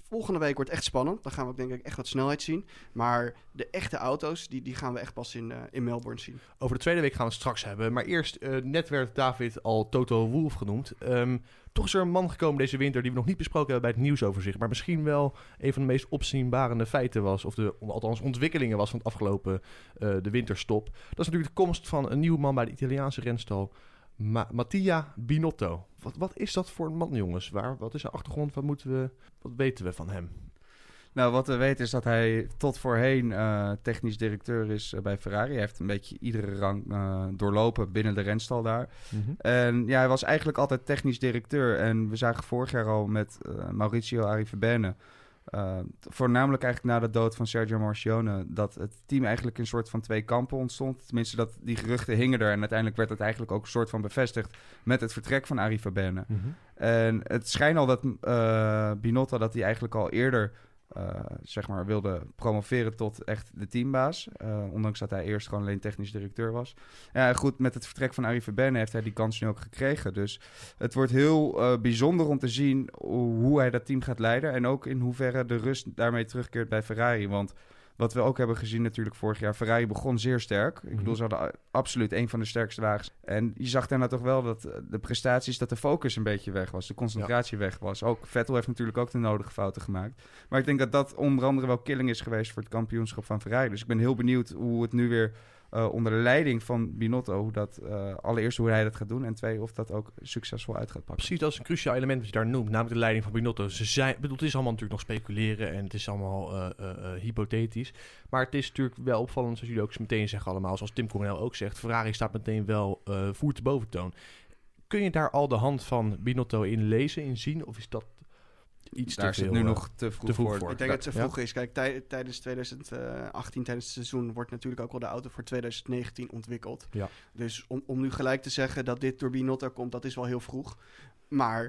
volgende week wordt echt spannend. Dan gaan we ook denk ik echt wat snelheid zien. Maar de echte auto's, die, die gaan we echt pas in, uh, in Melbourne zien. Over de tweede week gaan we het straks hebben. Maar eerst, uh, net werd David al Toto Wolff genoemd. Um, toch is er een man gekomen deze winter die we nog niet besproken hebben bij het nieuwsoverzicht. Maar misschien wel een van de meest opzienbarende feiten was. Of de, althans ontwikkelingen was van het afgelopen uh, de winterstop. Dat is natuurlijk de komst van een nieuwe man bij de Italiaanse renstal. Ma- Mattia Binotto. Wat, wat is dat voor een man, jongens? Waar, wat is zijn achtergrond? Wat, moeten we, wat weten we van hem? Nou, wat we weten is dat hij tot voorheen uh, technisch directeur is uh, bij Ferrari. Hij heeft een beetje iedere rang uh, doorlopen binnen de renstal daar. Mm-hmm. En ja, hij was eigenlijk altijd technisch directeur. En we zagen vorig jaar al met uh, Maurizio Arrivabene... Uh, voornamelijk eigenlijk na de dood van Sergio Marchionne... dat het team eigenlijk een soort van twee kampen ontstond. Tenminste, dat die geruchten hingen er. En uiteindelijk werd het eigenlijk ook een soort van bevestigd... met het vertrek van Arrivabene. Mm-hmm. En het schijnt al dat uh, Binotto... dat hij eigenlijk al eerder... Uh, zeg maar wilde promoveren tot echt de teambaas. Uh, ondanks dat hij eerst gewoon alleen technisch directeur was. Ja, goed, met het vertrek van Arrivabene heeft hij die kans nu ook gekregen. Dus het wordt heel uh, bijzonder om te zien hoe hij dat team gaat leiden. En ook in hoeverre de rust daarmee terugkeert bij Ferrari. Want wat we ook hebben gezien natuurlijk vorig jaar... Ferrari begon zeer sterk. Ik bedoel, ze hadden absoluut een van de sterkste wagens. En je zag daarna toch wel dat de prestaties... dat de focus een beetje weg was. De concentratie ja. weg was. Ook Vettel heeft natuurlijk ook de nodige fouten gemaakt. Maar ik denk dat dat onder andere wel killing is geweest... voor het kampioenschap van Ferrari. Dus ik ben heel benieuwd hoe het nu weer... Uh, onder de leiding van Binotto, hoe dat, uh, allereerst hoe hij dat gaat doen... en twee, of dat ook succesvol uit gaat pakken. Precies, dat is een cruciaal element wat je daar noemt, namelijk de leiding van Binotto. Ze zijn, bedoel, het is allemaal natuurlijk nog speculeren en het is allemaal uh, uh, uh, hypothetisch. Maar het is natuurlijk wel opvallend, zoals jullie ook meteen zeggen allemaal... zoals Tim Coronel ook zegt, Ferrari staat meteen wel uh, voer te boventoon. Kun je daar al de hand van Binotto in lezen, in zien, of is dat... Iets daar te zit veel, nu nog te vroeg, te vroeg voor. voor. Ik denk dat het te vroeg ja. is. Kijk, tij- tijdens twintig achttien, tijdens het seizoen... wordt natuurlijk ook wel de auto voor twintig negentien ontwikkeld. Ja. Dus om, om nu gelijk te zeggen dat dit door Binotto komt... dat is wel heel vroeg. Maar...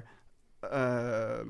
Uh,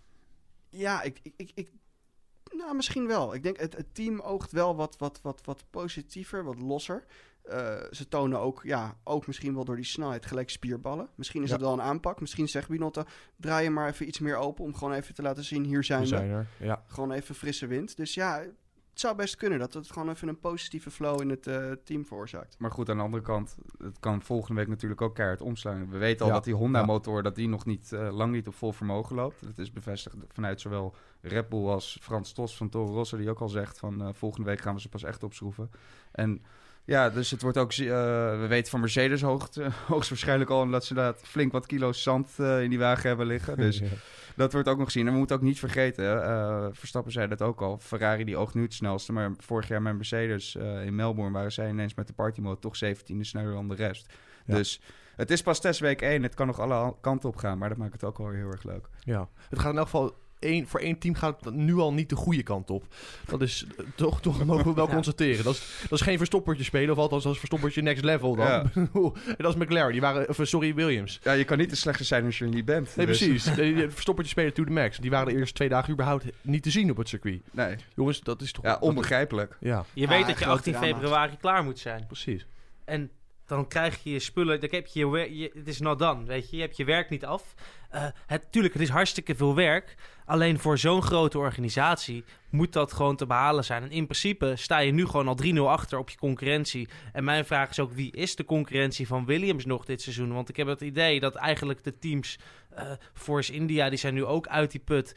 ja, ik, ik, ik, ik... Nou, misschien wel. Ik denk, het, het team oogt wel wat, wat, wat, wat positiever, wat losser... Uh, ze tonen ook, ja, ook misschien wel door die snelheid gelijk spierballen. Misschien is ja. het wel een aanpak. Misschien zegt Binotto, draai je maar even iets meer open... om gewoon even te laten zien, hier zijn we. Zijn er, ja. Gewoon even frisse wind. Dus ja, het zou best kunnen dat het gewoon even een positieve flow in het uh, team veroorzaakt. Maar goed, aan de andere kant, het kan volgende week natuurlijk ook keihard omslaan. We weten al ja. dat die Honda-motor, ja. dat die nog niet uh, lang niet op vol vermogen loopt. Dat is bevestigd vanuit zowel Red Bull als Frans Tos van Toro Rosso... die ook al zegt van uh, volgende week gaan we ze pas echt opschroeven. En... Ja, dus het wordt ook... Uh, we weten van Mercedes hoogst, uh, hoogstwaarschijnlijk al... dat ze daar flink wat kilo's zand uh, in die wagen hebben liggen. Dus ja. dat wordt ook nog gezien. En we moeten ook niet vergeten... Uh, Verstappen zei dat ook al. Ferrari die oogt nu het snelste. Maar vorig jaar met Mercedes uh, in Melbourne... waren zij ineens met de party mode toch zeventiende sneller dan de rest. Ja. Dus het is pas testweek één. Het kan nog alle kanten op gaan. Maar dat maakt het ook wel heel erg leuk. Ja, het gaat in elk geval... Eén, voor één team gaat het nu al niet de goede kant op. Dat is uh, toch, toch mogen we wel ja. constateren. Dat is, dat is geen verstoppertje spelen, of althans dat is verstoppertje next level dan. Ja. En dat is McLaren, die waren, of sorry, Williams. Ja, je kan niet de slechtste zijn als je er niet bent. Nee, dus. precies. Die verstoppertje spelen to the max. Die waren de eerste twee dagen überhaupt niet te zien op het circuit. Nee. Jongens, dat is toch... Ja, onbegrijpelijk. Ja. Je weet ah, dat je achttien februari klaar moet zijn. Precies. En dan krijg je je spullen, dan heb je je, je het is nou dan, weet je, je hebt je werk niet af. Uh, het, tuurlijk, het is hartstikke veel werk. Alleen voor zo'n grote organisatie moet dat gewoon te behalen zijn. En in principe sta je nu gewoon al drie nul achter op je concurrentie. En mijn vraag is ook, wie is de concurrentie van Williams nog dit seizoen? Want ik heb het idee dat eigenlijk de teams, uh, Force India, die zijn nu ook uit die put.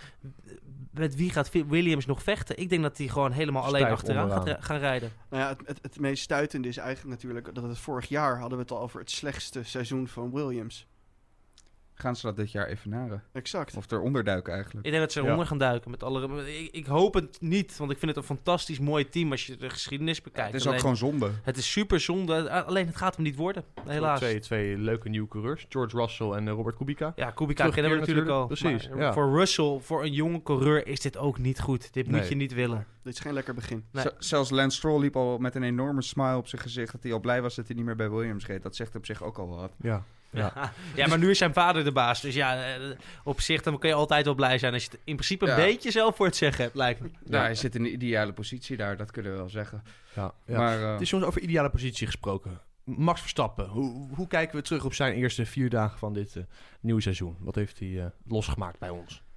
Met wie gaat Williams nog vechten? Ik denk dat die gewoon helemaal Stijf alleen achteraan gaat ra- gaan rijden. Nou ja, het, het, het meest stuitende is eigenlijk natuurlijk dat het vorig jaar hadden we het al over het slechtste seizoen van Williams. Gaan ze dat dit jaar evenaren? Exact. Of eronder duiken eigenlijk? Ik denk dat ze eronder ja. gaan duiken. Met alle, ik, ik hoop het niet, want ik vind het een fantastisch mooi team als je de geschiedenis bekijkt. Ja, het is alleen, ook gewoon zonde. Het is super zonde. Alleen het gaat hem niet worden, helaas. Twee, twee leuke nieuwe coureurs. George Russell en uh, Robert Kubica. Ja, Kubica kennen we natuurlijk al. Precies. Maar, ja. Voor Russell, voor een jonge coureur, is dit ook niet goed. Dit nee. moet je niet willen. Dit is geen lekker begin. Nee. Z- zelfs Lance Stroll liep al met een enorme smile op zijn gezicht... dat hij al blij was dat hij niet meer bij Williams reed. Dat zegt op zich ook al wat. Ja. Ja. ja, maar nu is zijn vader de baas. Dus ja, op zich dan kun je altijd wel blij zijn... als je het in principe een ja. beetje zelf voor het zeggen hebt, lijkt me. Ja, hij zit in een ideale positie daar, dat kunnen we wel zeggen. Ja, ja. Maar, uh, het is soms over ideale positie gesproken. Max Verstappen, hoe, hoe kijken we terug op zijn eerste vier dagen van dit uh, nieuwe seizoen? Wat heeft hij uh, losgemaakt bij ons?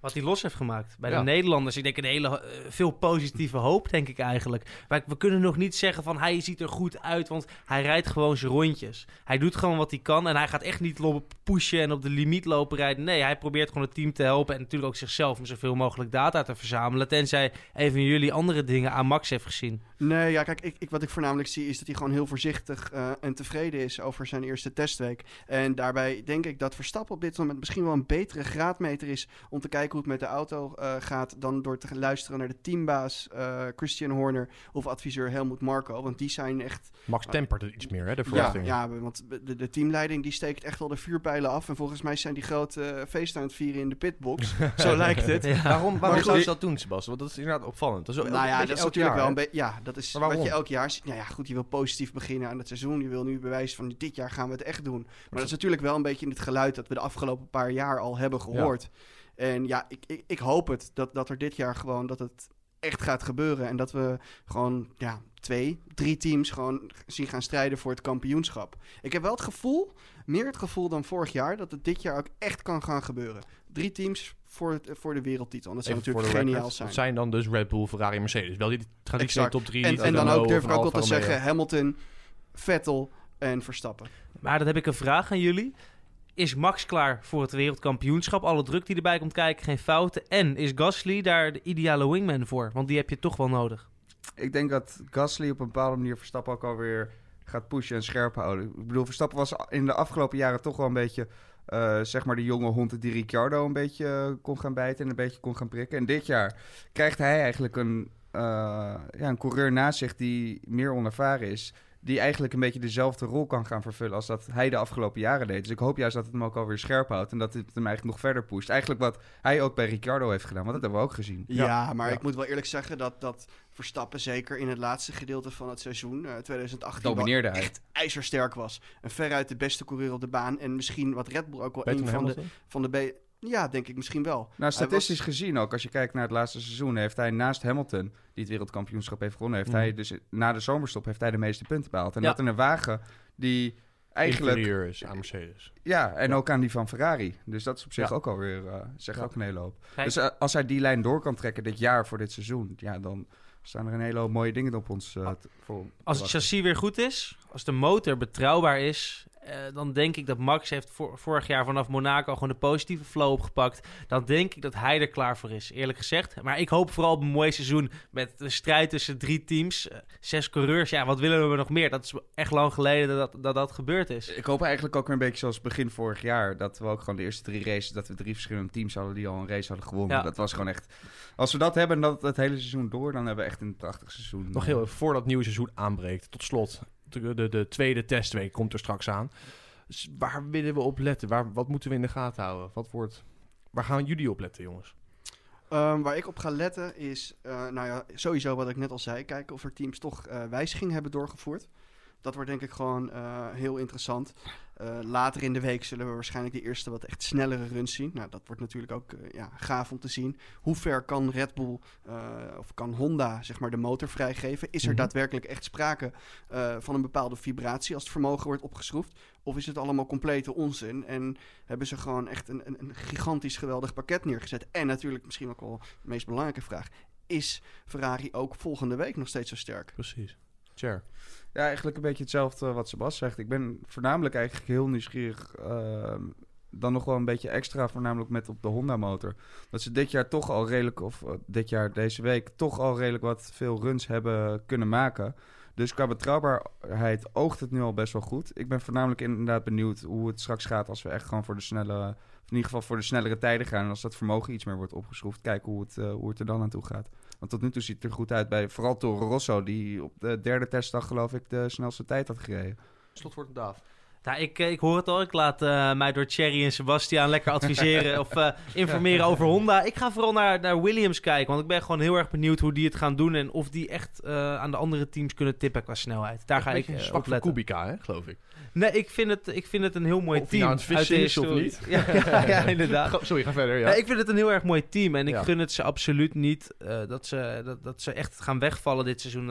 Wat hij los heeft gemaakt. Bij Ja. de Nederlanders, ik denk een hele uh, veel positieve hoop, denk ik eigenlijk. Maar we kunnen nog niet zeggen van hij ziet er goed uit, want hij rijdt gewoon zijn rondjes. Hij doet gewoon wat hij kan en hij gaat echt niet lopen pushen en op de limiet lopen rijden. Nee, hij probeert gewoon het team te helpen en natuurlijk ook zichzelf om zoveel mogelijk data te verzamelen. Tenzij een van jullie andere dingen aan Max heeft gezien. Nee, ja, kijk, ik, ik, wat ik voornamelijk zie is dat hij gewoon heel voorzichtig uh, en tevreden is over zijn eerste testweek. En daarbij denk ik dat Verstappen op dit moment misschien wel een betere graadmeter is om te kijken hoe het met de auto uh, gaat dan door te luisteren naar de teambaas uh, Christian Horner of adviseur Helmut Marko. Want die zijn echt... Max tempert het iets meer, hè, de Ja, verwachtingen. ja, want de, de teamleiding die steekt echt wel de vuurpijlen af. En volgens mij zijn die grote uh, feesten aan het vieren in de pitbox. Zo lijkt het. Ja. Waarom, waarom Maar zou goed, ze dat doen, Sebastian? Want dat is inderdaad opvallend. Dat is, ook- Nou een ja, beetje dat is elk natuurlijk jaar, wel een hè? beetje... Ja, dat is Maar wat waarom? je elk jaar ziet. Nou ja, goed, je wil positief beginnen aan het seizoen. Je wil nu bewijzen van dit jaar gaan we het echt doen. Maar dat is natuurlijk wel een beetje in het geluid dat we de afgelopen paar jaar al hebben gehoord. En ja, ik, ik, ik hoop het dat, dat er dit jaar gewoon dat het echt gaat gebeuren. En dat we gewoon ja, twee, drie teams gewoon zien gaan strijden voor het kampioenschap. Ik heb wel het gevoel, meer het gevoel dan vorig jaar, dat het dit jaar ook echt kan gaan gebeuren. Drie teams voor, het, voor de wereldtitel. En dat zou Even voor natuurlijk de geniaal record, zijn. dat zijn dan dus Red Bull, Ferrari en Mercedes. Wel die traditionele Exact. top drie. En, niet en dan Renault ook durf of ik ook wel Alfa te Romeo. zeggen Hamilton, Vettel en Verstappen. Maar dan heb ik een vraag aan jullie. Is Max klaar voor het wereldkampioenschap? Alle druk die erbij komt kijken, geen fouten. En is Gasly daar de ideale wingman voor? Want die heb je toch wel nodig. Ik denk dat Gasly op een bepaalde manier Verstappen ook alweer gaat pushen en scherp houden. Ik bedoel, Verstappen was in de afgelopen jaren toch wel een beetje... Uh, zeg maar de jonge hond die Ricciardo een beetje uh, kon gaan bijten en een beetje kon gaan prikken. En dit jaar krijgt hij eigenlijk een, uh, ja, een coureur naast zich die meer onervaren is. Die eigenlijk een beetje dezelfde rol kan gaan vervullen als dat hij de afgelopen jaren deed. Dus ik hoop juist dat het hem ook alweer scherp houdt. En dat het hem eigenlijk nog verder pusht. Eigenlijk wat hij ook bij Ricciardo heeft gedaan. Want dat hebben we ook gezien. Ja, Ja. maar Ja. ik moet wel eerlijk zeggen dat, dat Verstappen zeker in het laatste gedeelte van het seizoen, uh, twintig achttien, Domineerde wel hij. echt ijzersterk was. En veruit de beste coureur op de baan. En misschien wat Red Bull ook wel Beter een dan van de, Hamilton? van de... Be- ja, denk ik misschien wel. Nou, Hij statistisch gezien ook, als je kijkt naar het laatste seizoen, heeft hij naast Hamilton, die het wereldkampioenschap heeft gewonnen, heeft Mhm. hij dus na de zomerstop heeft hij de meeste punten behaald. En Ja. dat in een wagen die eigenlijk... Inferieur is aan Mercedes. Ja, en ook aan die van Ferrari. Dus dat is op zich Ja. ook alweer, uh, zegt Ja. ook een hele hoop. Kijk, Dus uh, als hij die lijn door kan trekken dit jaar voor dit seizoen, ja, dan staan er een hele hoop mooie dingen op ons uh, te- voor. als het te wachten. chassis weer goed is, als de motor betrouwbaar is, eh, dan denk ik dat Max heeft vor- vorig jaar vanaf Monaco gewoon de positieve flow opgepakt. Dan denk ik dat hij er klaar voor is, eerlijk gezegd. Maar ik hoop vooral op een mooi seizoen met de strijd tussen drie teams, eh, zes coureurs. Ja, wat willen we nog meer? Dat is echt lang geleden dat dat, dat gebeurd is. Ik hoop eigenlijk ook weer een beetje zoals begin vorig jaar, dat we ook gewoon de eerste drie races, dat we drie verschillende teams hadden die al een race hadden gewonnen. Ja. Dat was gewoon echt, als we dat hebben en dat het hele seizoen door, dan hebben we echt een prachtig seizoen. Nog heel even, voordat het nieuwe seizoen aanbreekt. Tot slot, de, de, de tweede testweek komt er straks aan. Dus waar willen we op letten? Waar, wat moeten we in de gaten houden? Wat wordt, waar gaan jullie op letten, jongens? Um, waar ik op ga letten is, uh, nou ja, sowieso wat ik net al zei, kijken of er teams toch uh, wijzigingen hebben doorgevoerd. Dat wordt denk ik gewoon uh, heel interessant. Uh, later in de week zullen we waarschijnlijk de eerste wat echt snellere runs zien. Nou, dat wordt natuurlijk ook uh, ja, gaaf om te zien. Hoe ver kan Red Bull uh, of kan Honda zeg maar de motor vrijgeven? Is er Mhm. daadwerkelijk echt sprake uh, van een bepaalde vibratie als het vermogen wordt opgeschroefd? Of is het allemaal complete onzin? En hebben ze gewoon echt een, een, een gigantisch geweldig pakket neergezet? En natuurlijk misschien ook wel de meest belangrijke vraag. Is Ferrari ook volgende week nog steeds zo sterk? Precies. Cher. Ja, eigenlijk een beetje hetzelfde wat Sebas zegt. Ik ben voornamelijk eigenlijk heel nieuwsgierig. Uh, dan nog wel een beetje extra, voornamelijk met op de Honda-motor. Dat ze dit jaar toch al redelijk, of uh, dit jaar, deze week, toch al redelijk wat veel runs hebben kunnen maken. Dus qua betrouwbaarheid oogt het nu al best wel goed. Ik ben voornamelijk inderdaad benieuwd hoe het straks gaat als we echt gewoon voor de snelle, of in ieder geval voor de snellere tijden gaan. En als dat vermogen iets meer wordt opgeschroefd, kijken hoe het, uh, hoe het er dan aan toe gaat. Want tot nu toe ziet het er goed uit bij vooral Toro Rosso, die op de derde testdag geloof ik de snelste tijd had gereden. Slotwoord van Daaf. Nou, ik, ik hoor het al. Ik laat uh, mij door Thierry en Sebastiaan lekker adviseren of uh, informeren over Honda. Ik ga vooral naar, naar Williams kijken, want ik ben gewoon heel erg benieuwd hoe die het gaan doen en of die echt uh, aan de andere teams kunnen tippen qua snelheid. Daar ga ik uh, zwak op voor letten. Kubica, hè, geloof ik. Nee, ik vind het, ik vind het een heel mooi Of hij team. nou aan het vissen uit de is of historie. niet. Ja, ja, ja, inderdaad. Ga- Sorry, ga verder. Ja. Nee, ik vind het een heel erg mooi team. En ik Ja. gun het ze absoluut niet uh, dat, ze, dat, dat ze echt gaan wegvallen dit seizoen. Dat ze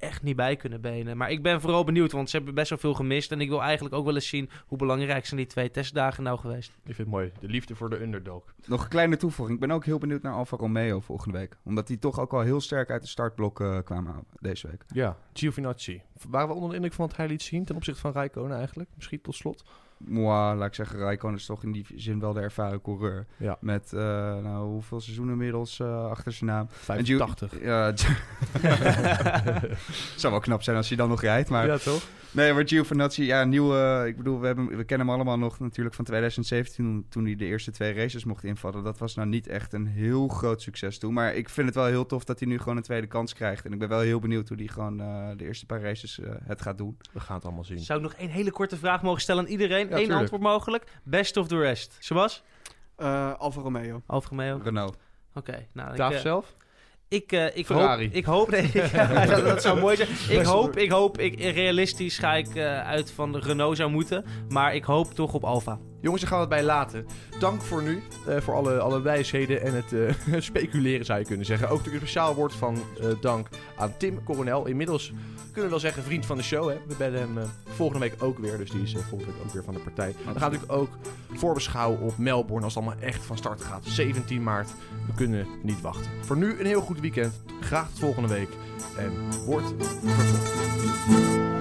echt niet bij kunnen benen. Maar ik ben vooral benieuwd, want ze hebben best wel veel gemist. En ik wil eigenlijk ook wel eens zien hoe belangrijk zijn die twee testdagen nou geweest. Ik vind het mooi. De liefde voor de underdog. Nog een kleine toevoeging. Ik ben ook heel benieuwd naar Alfa Romeo volgende week. Omdat die toch ook al heel sterk uit de startblokken uh, kwamen deze week. Ja, Giovinazzi. Waren we onder de indruk van wat hij liet zien ten opzichte van Räikkönen eigenlijk? Misschien tot slot? Moi, laat ik zeggen, Räikkönen is toch in die zin wel de ervaren coureur. Ja. Met, uh, nou, hoeveel seizoenen inmiddels uh, achter zijn naam? vijfentachtig. Ja, zou wel knap zijn als hij dan nog rijdt, maar... Ja, toch? Nee, maar Giovinazzi, ja, nieuwe... Ik bedoel, we, hebben, we kennen hem allemaal nog natuurlijk van twintig zeventien... toen hij de eerste twee races mocht invallen. Dat was nou niet echt een heel groot succes toen. Maar ik vind het wel heel tof dat hij nu gewoon een tweede kans krijgt. En ik ben wel heel benieuwd hoe hij gewoon uh, de eerste paar races uh, het gaat doen. We gaan het allemaal zien. Zou ik nog één hele korte vraag mogen stellen aan iedereen? Ja, Eén tuurlijk. antwoord mogelijk. Best of the rest. Sebas? Uh, Alfa Romeo. Alfa Romeo? Oké. Renault. Okay, nou, Daaf ik, uh, zelf? Ik, uh, ik Ferrari. hoop... Ik hoop... Nee, ja, dat, dat zou mooi zijn. Ik hoop, ik hoop... Ik, realistisch ga ik uh, uit van de Renault zou moeten. Maar ik hoop toch op Alfa. Jongens, daar gaan we het bij laten. Dank voor nu. Uh, voor alle, alle wijsheden en het uh, speculeren zou je kunnen zeggen. Ook natuurlijk een speciaal woord van uh, dank aan Tim Coronel. Inmiddels kunnen we wel zeggen vriend van de show. Hè? We bellen hem uh, volgende week ook weer. Dus die is uh, volgende week ook weer van de partij. We gaan natuurlijk ook voorbeschouwen op Melbourne als het allemaal echt van start gaat. zeventien maart. We kunnen niet wachten. Voor nu een heel goed weekend. Graag tot volgende week. En wordt vervolgd.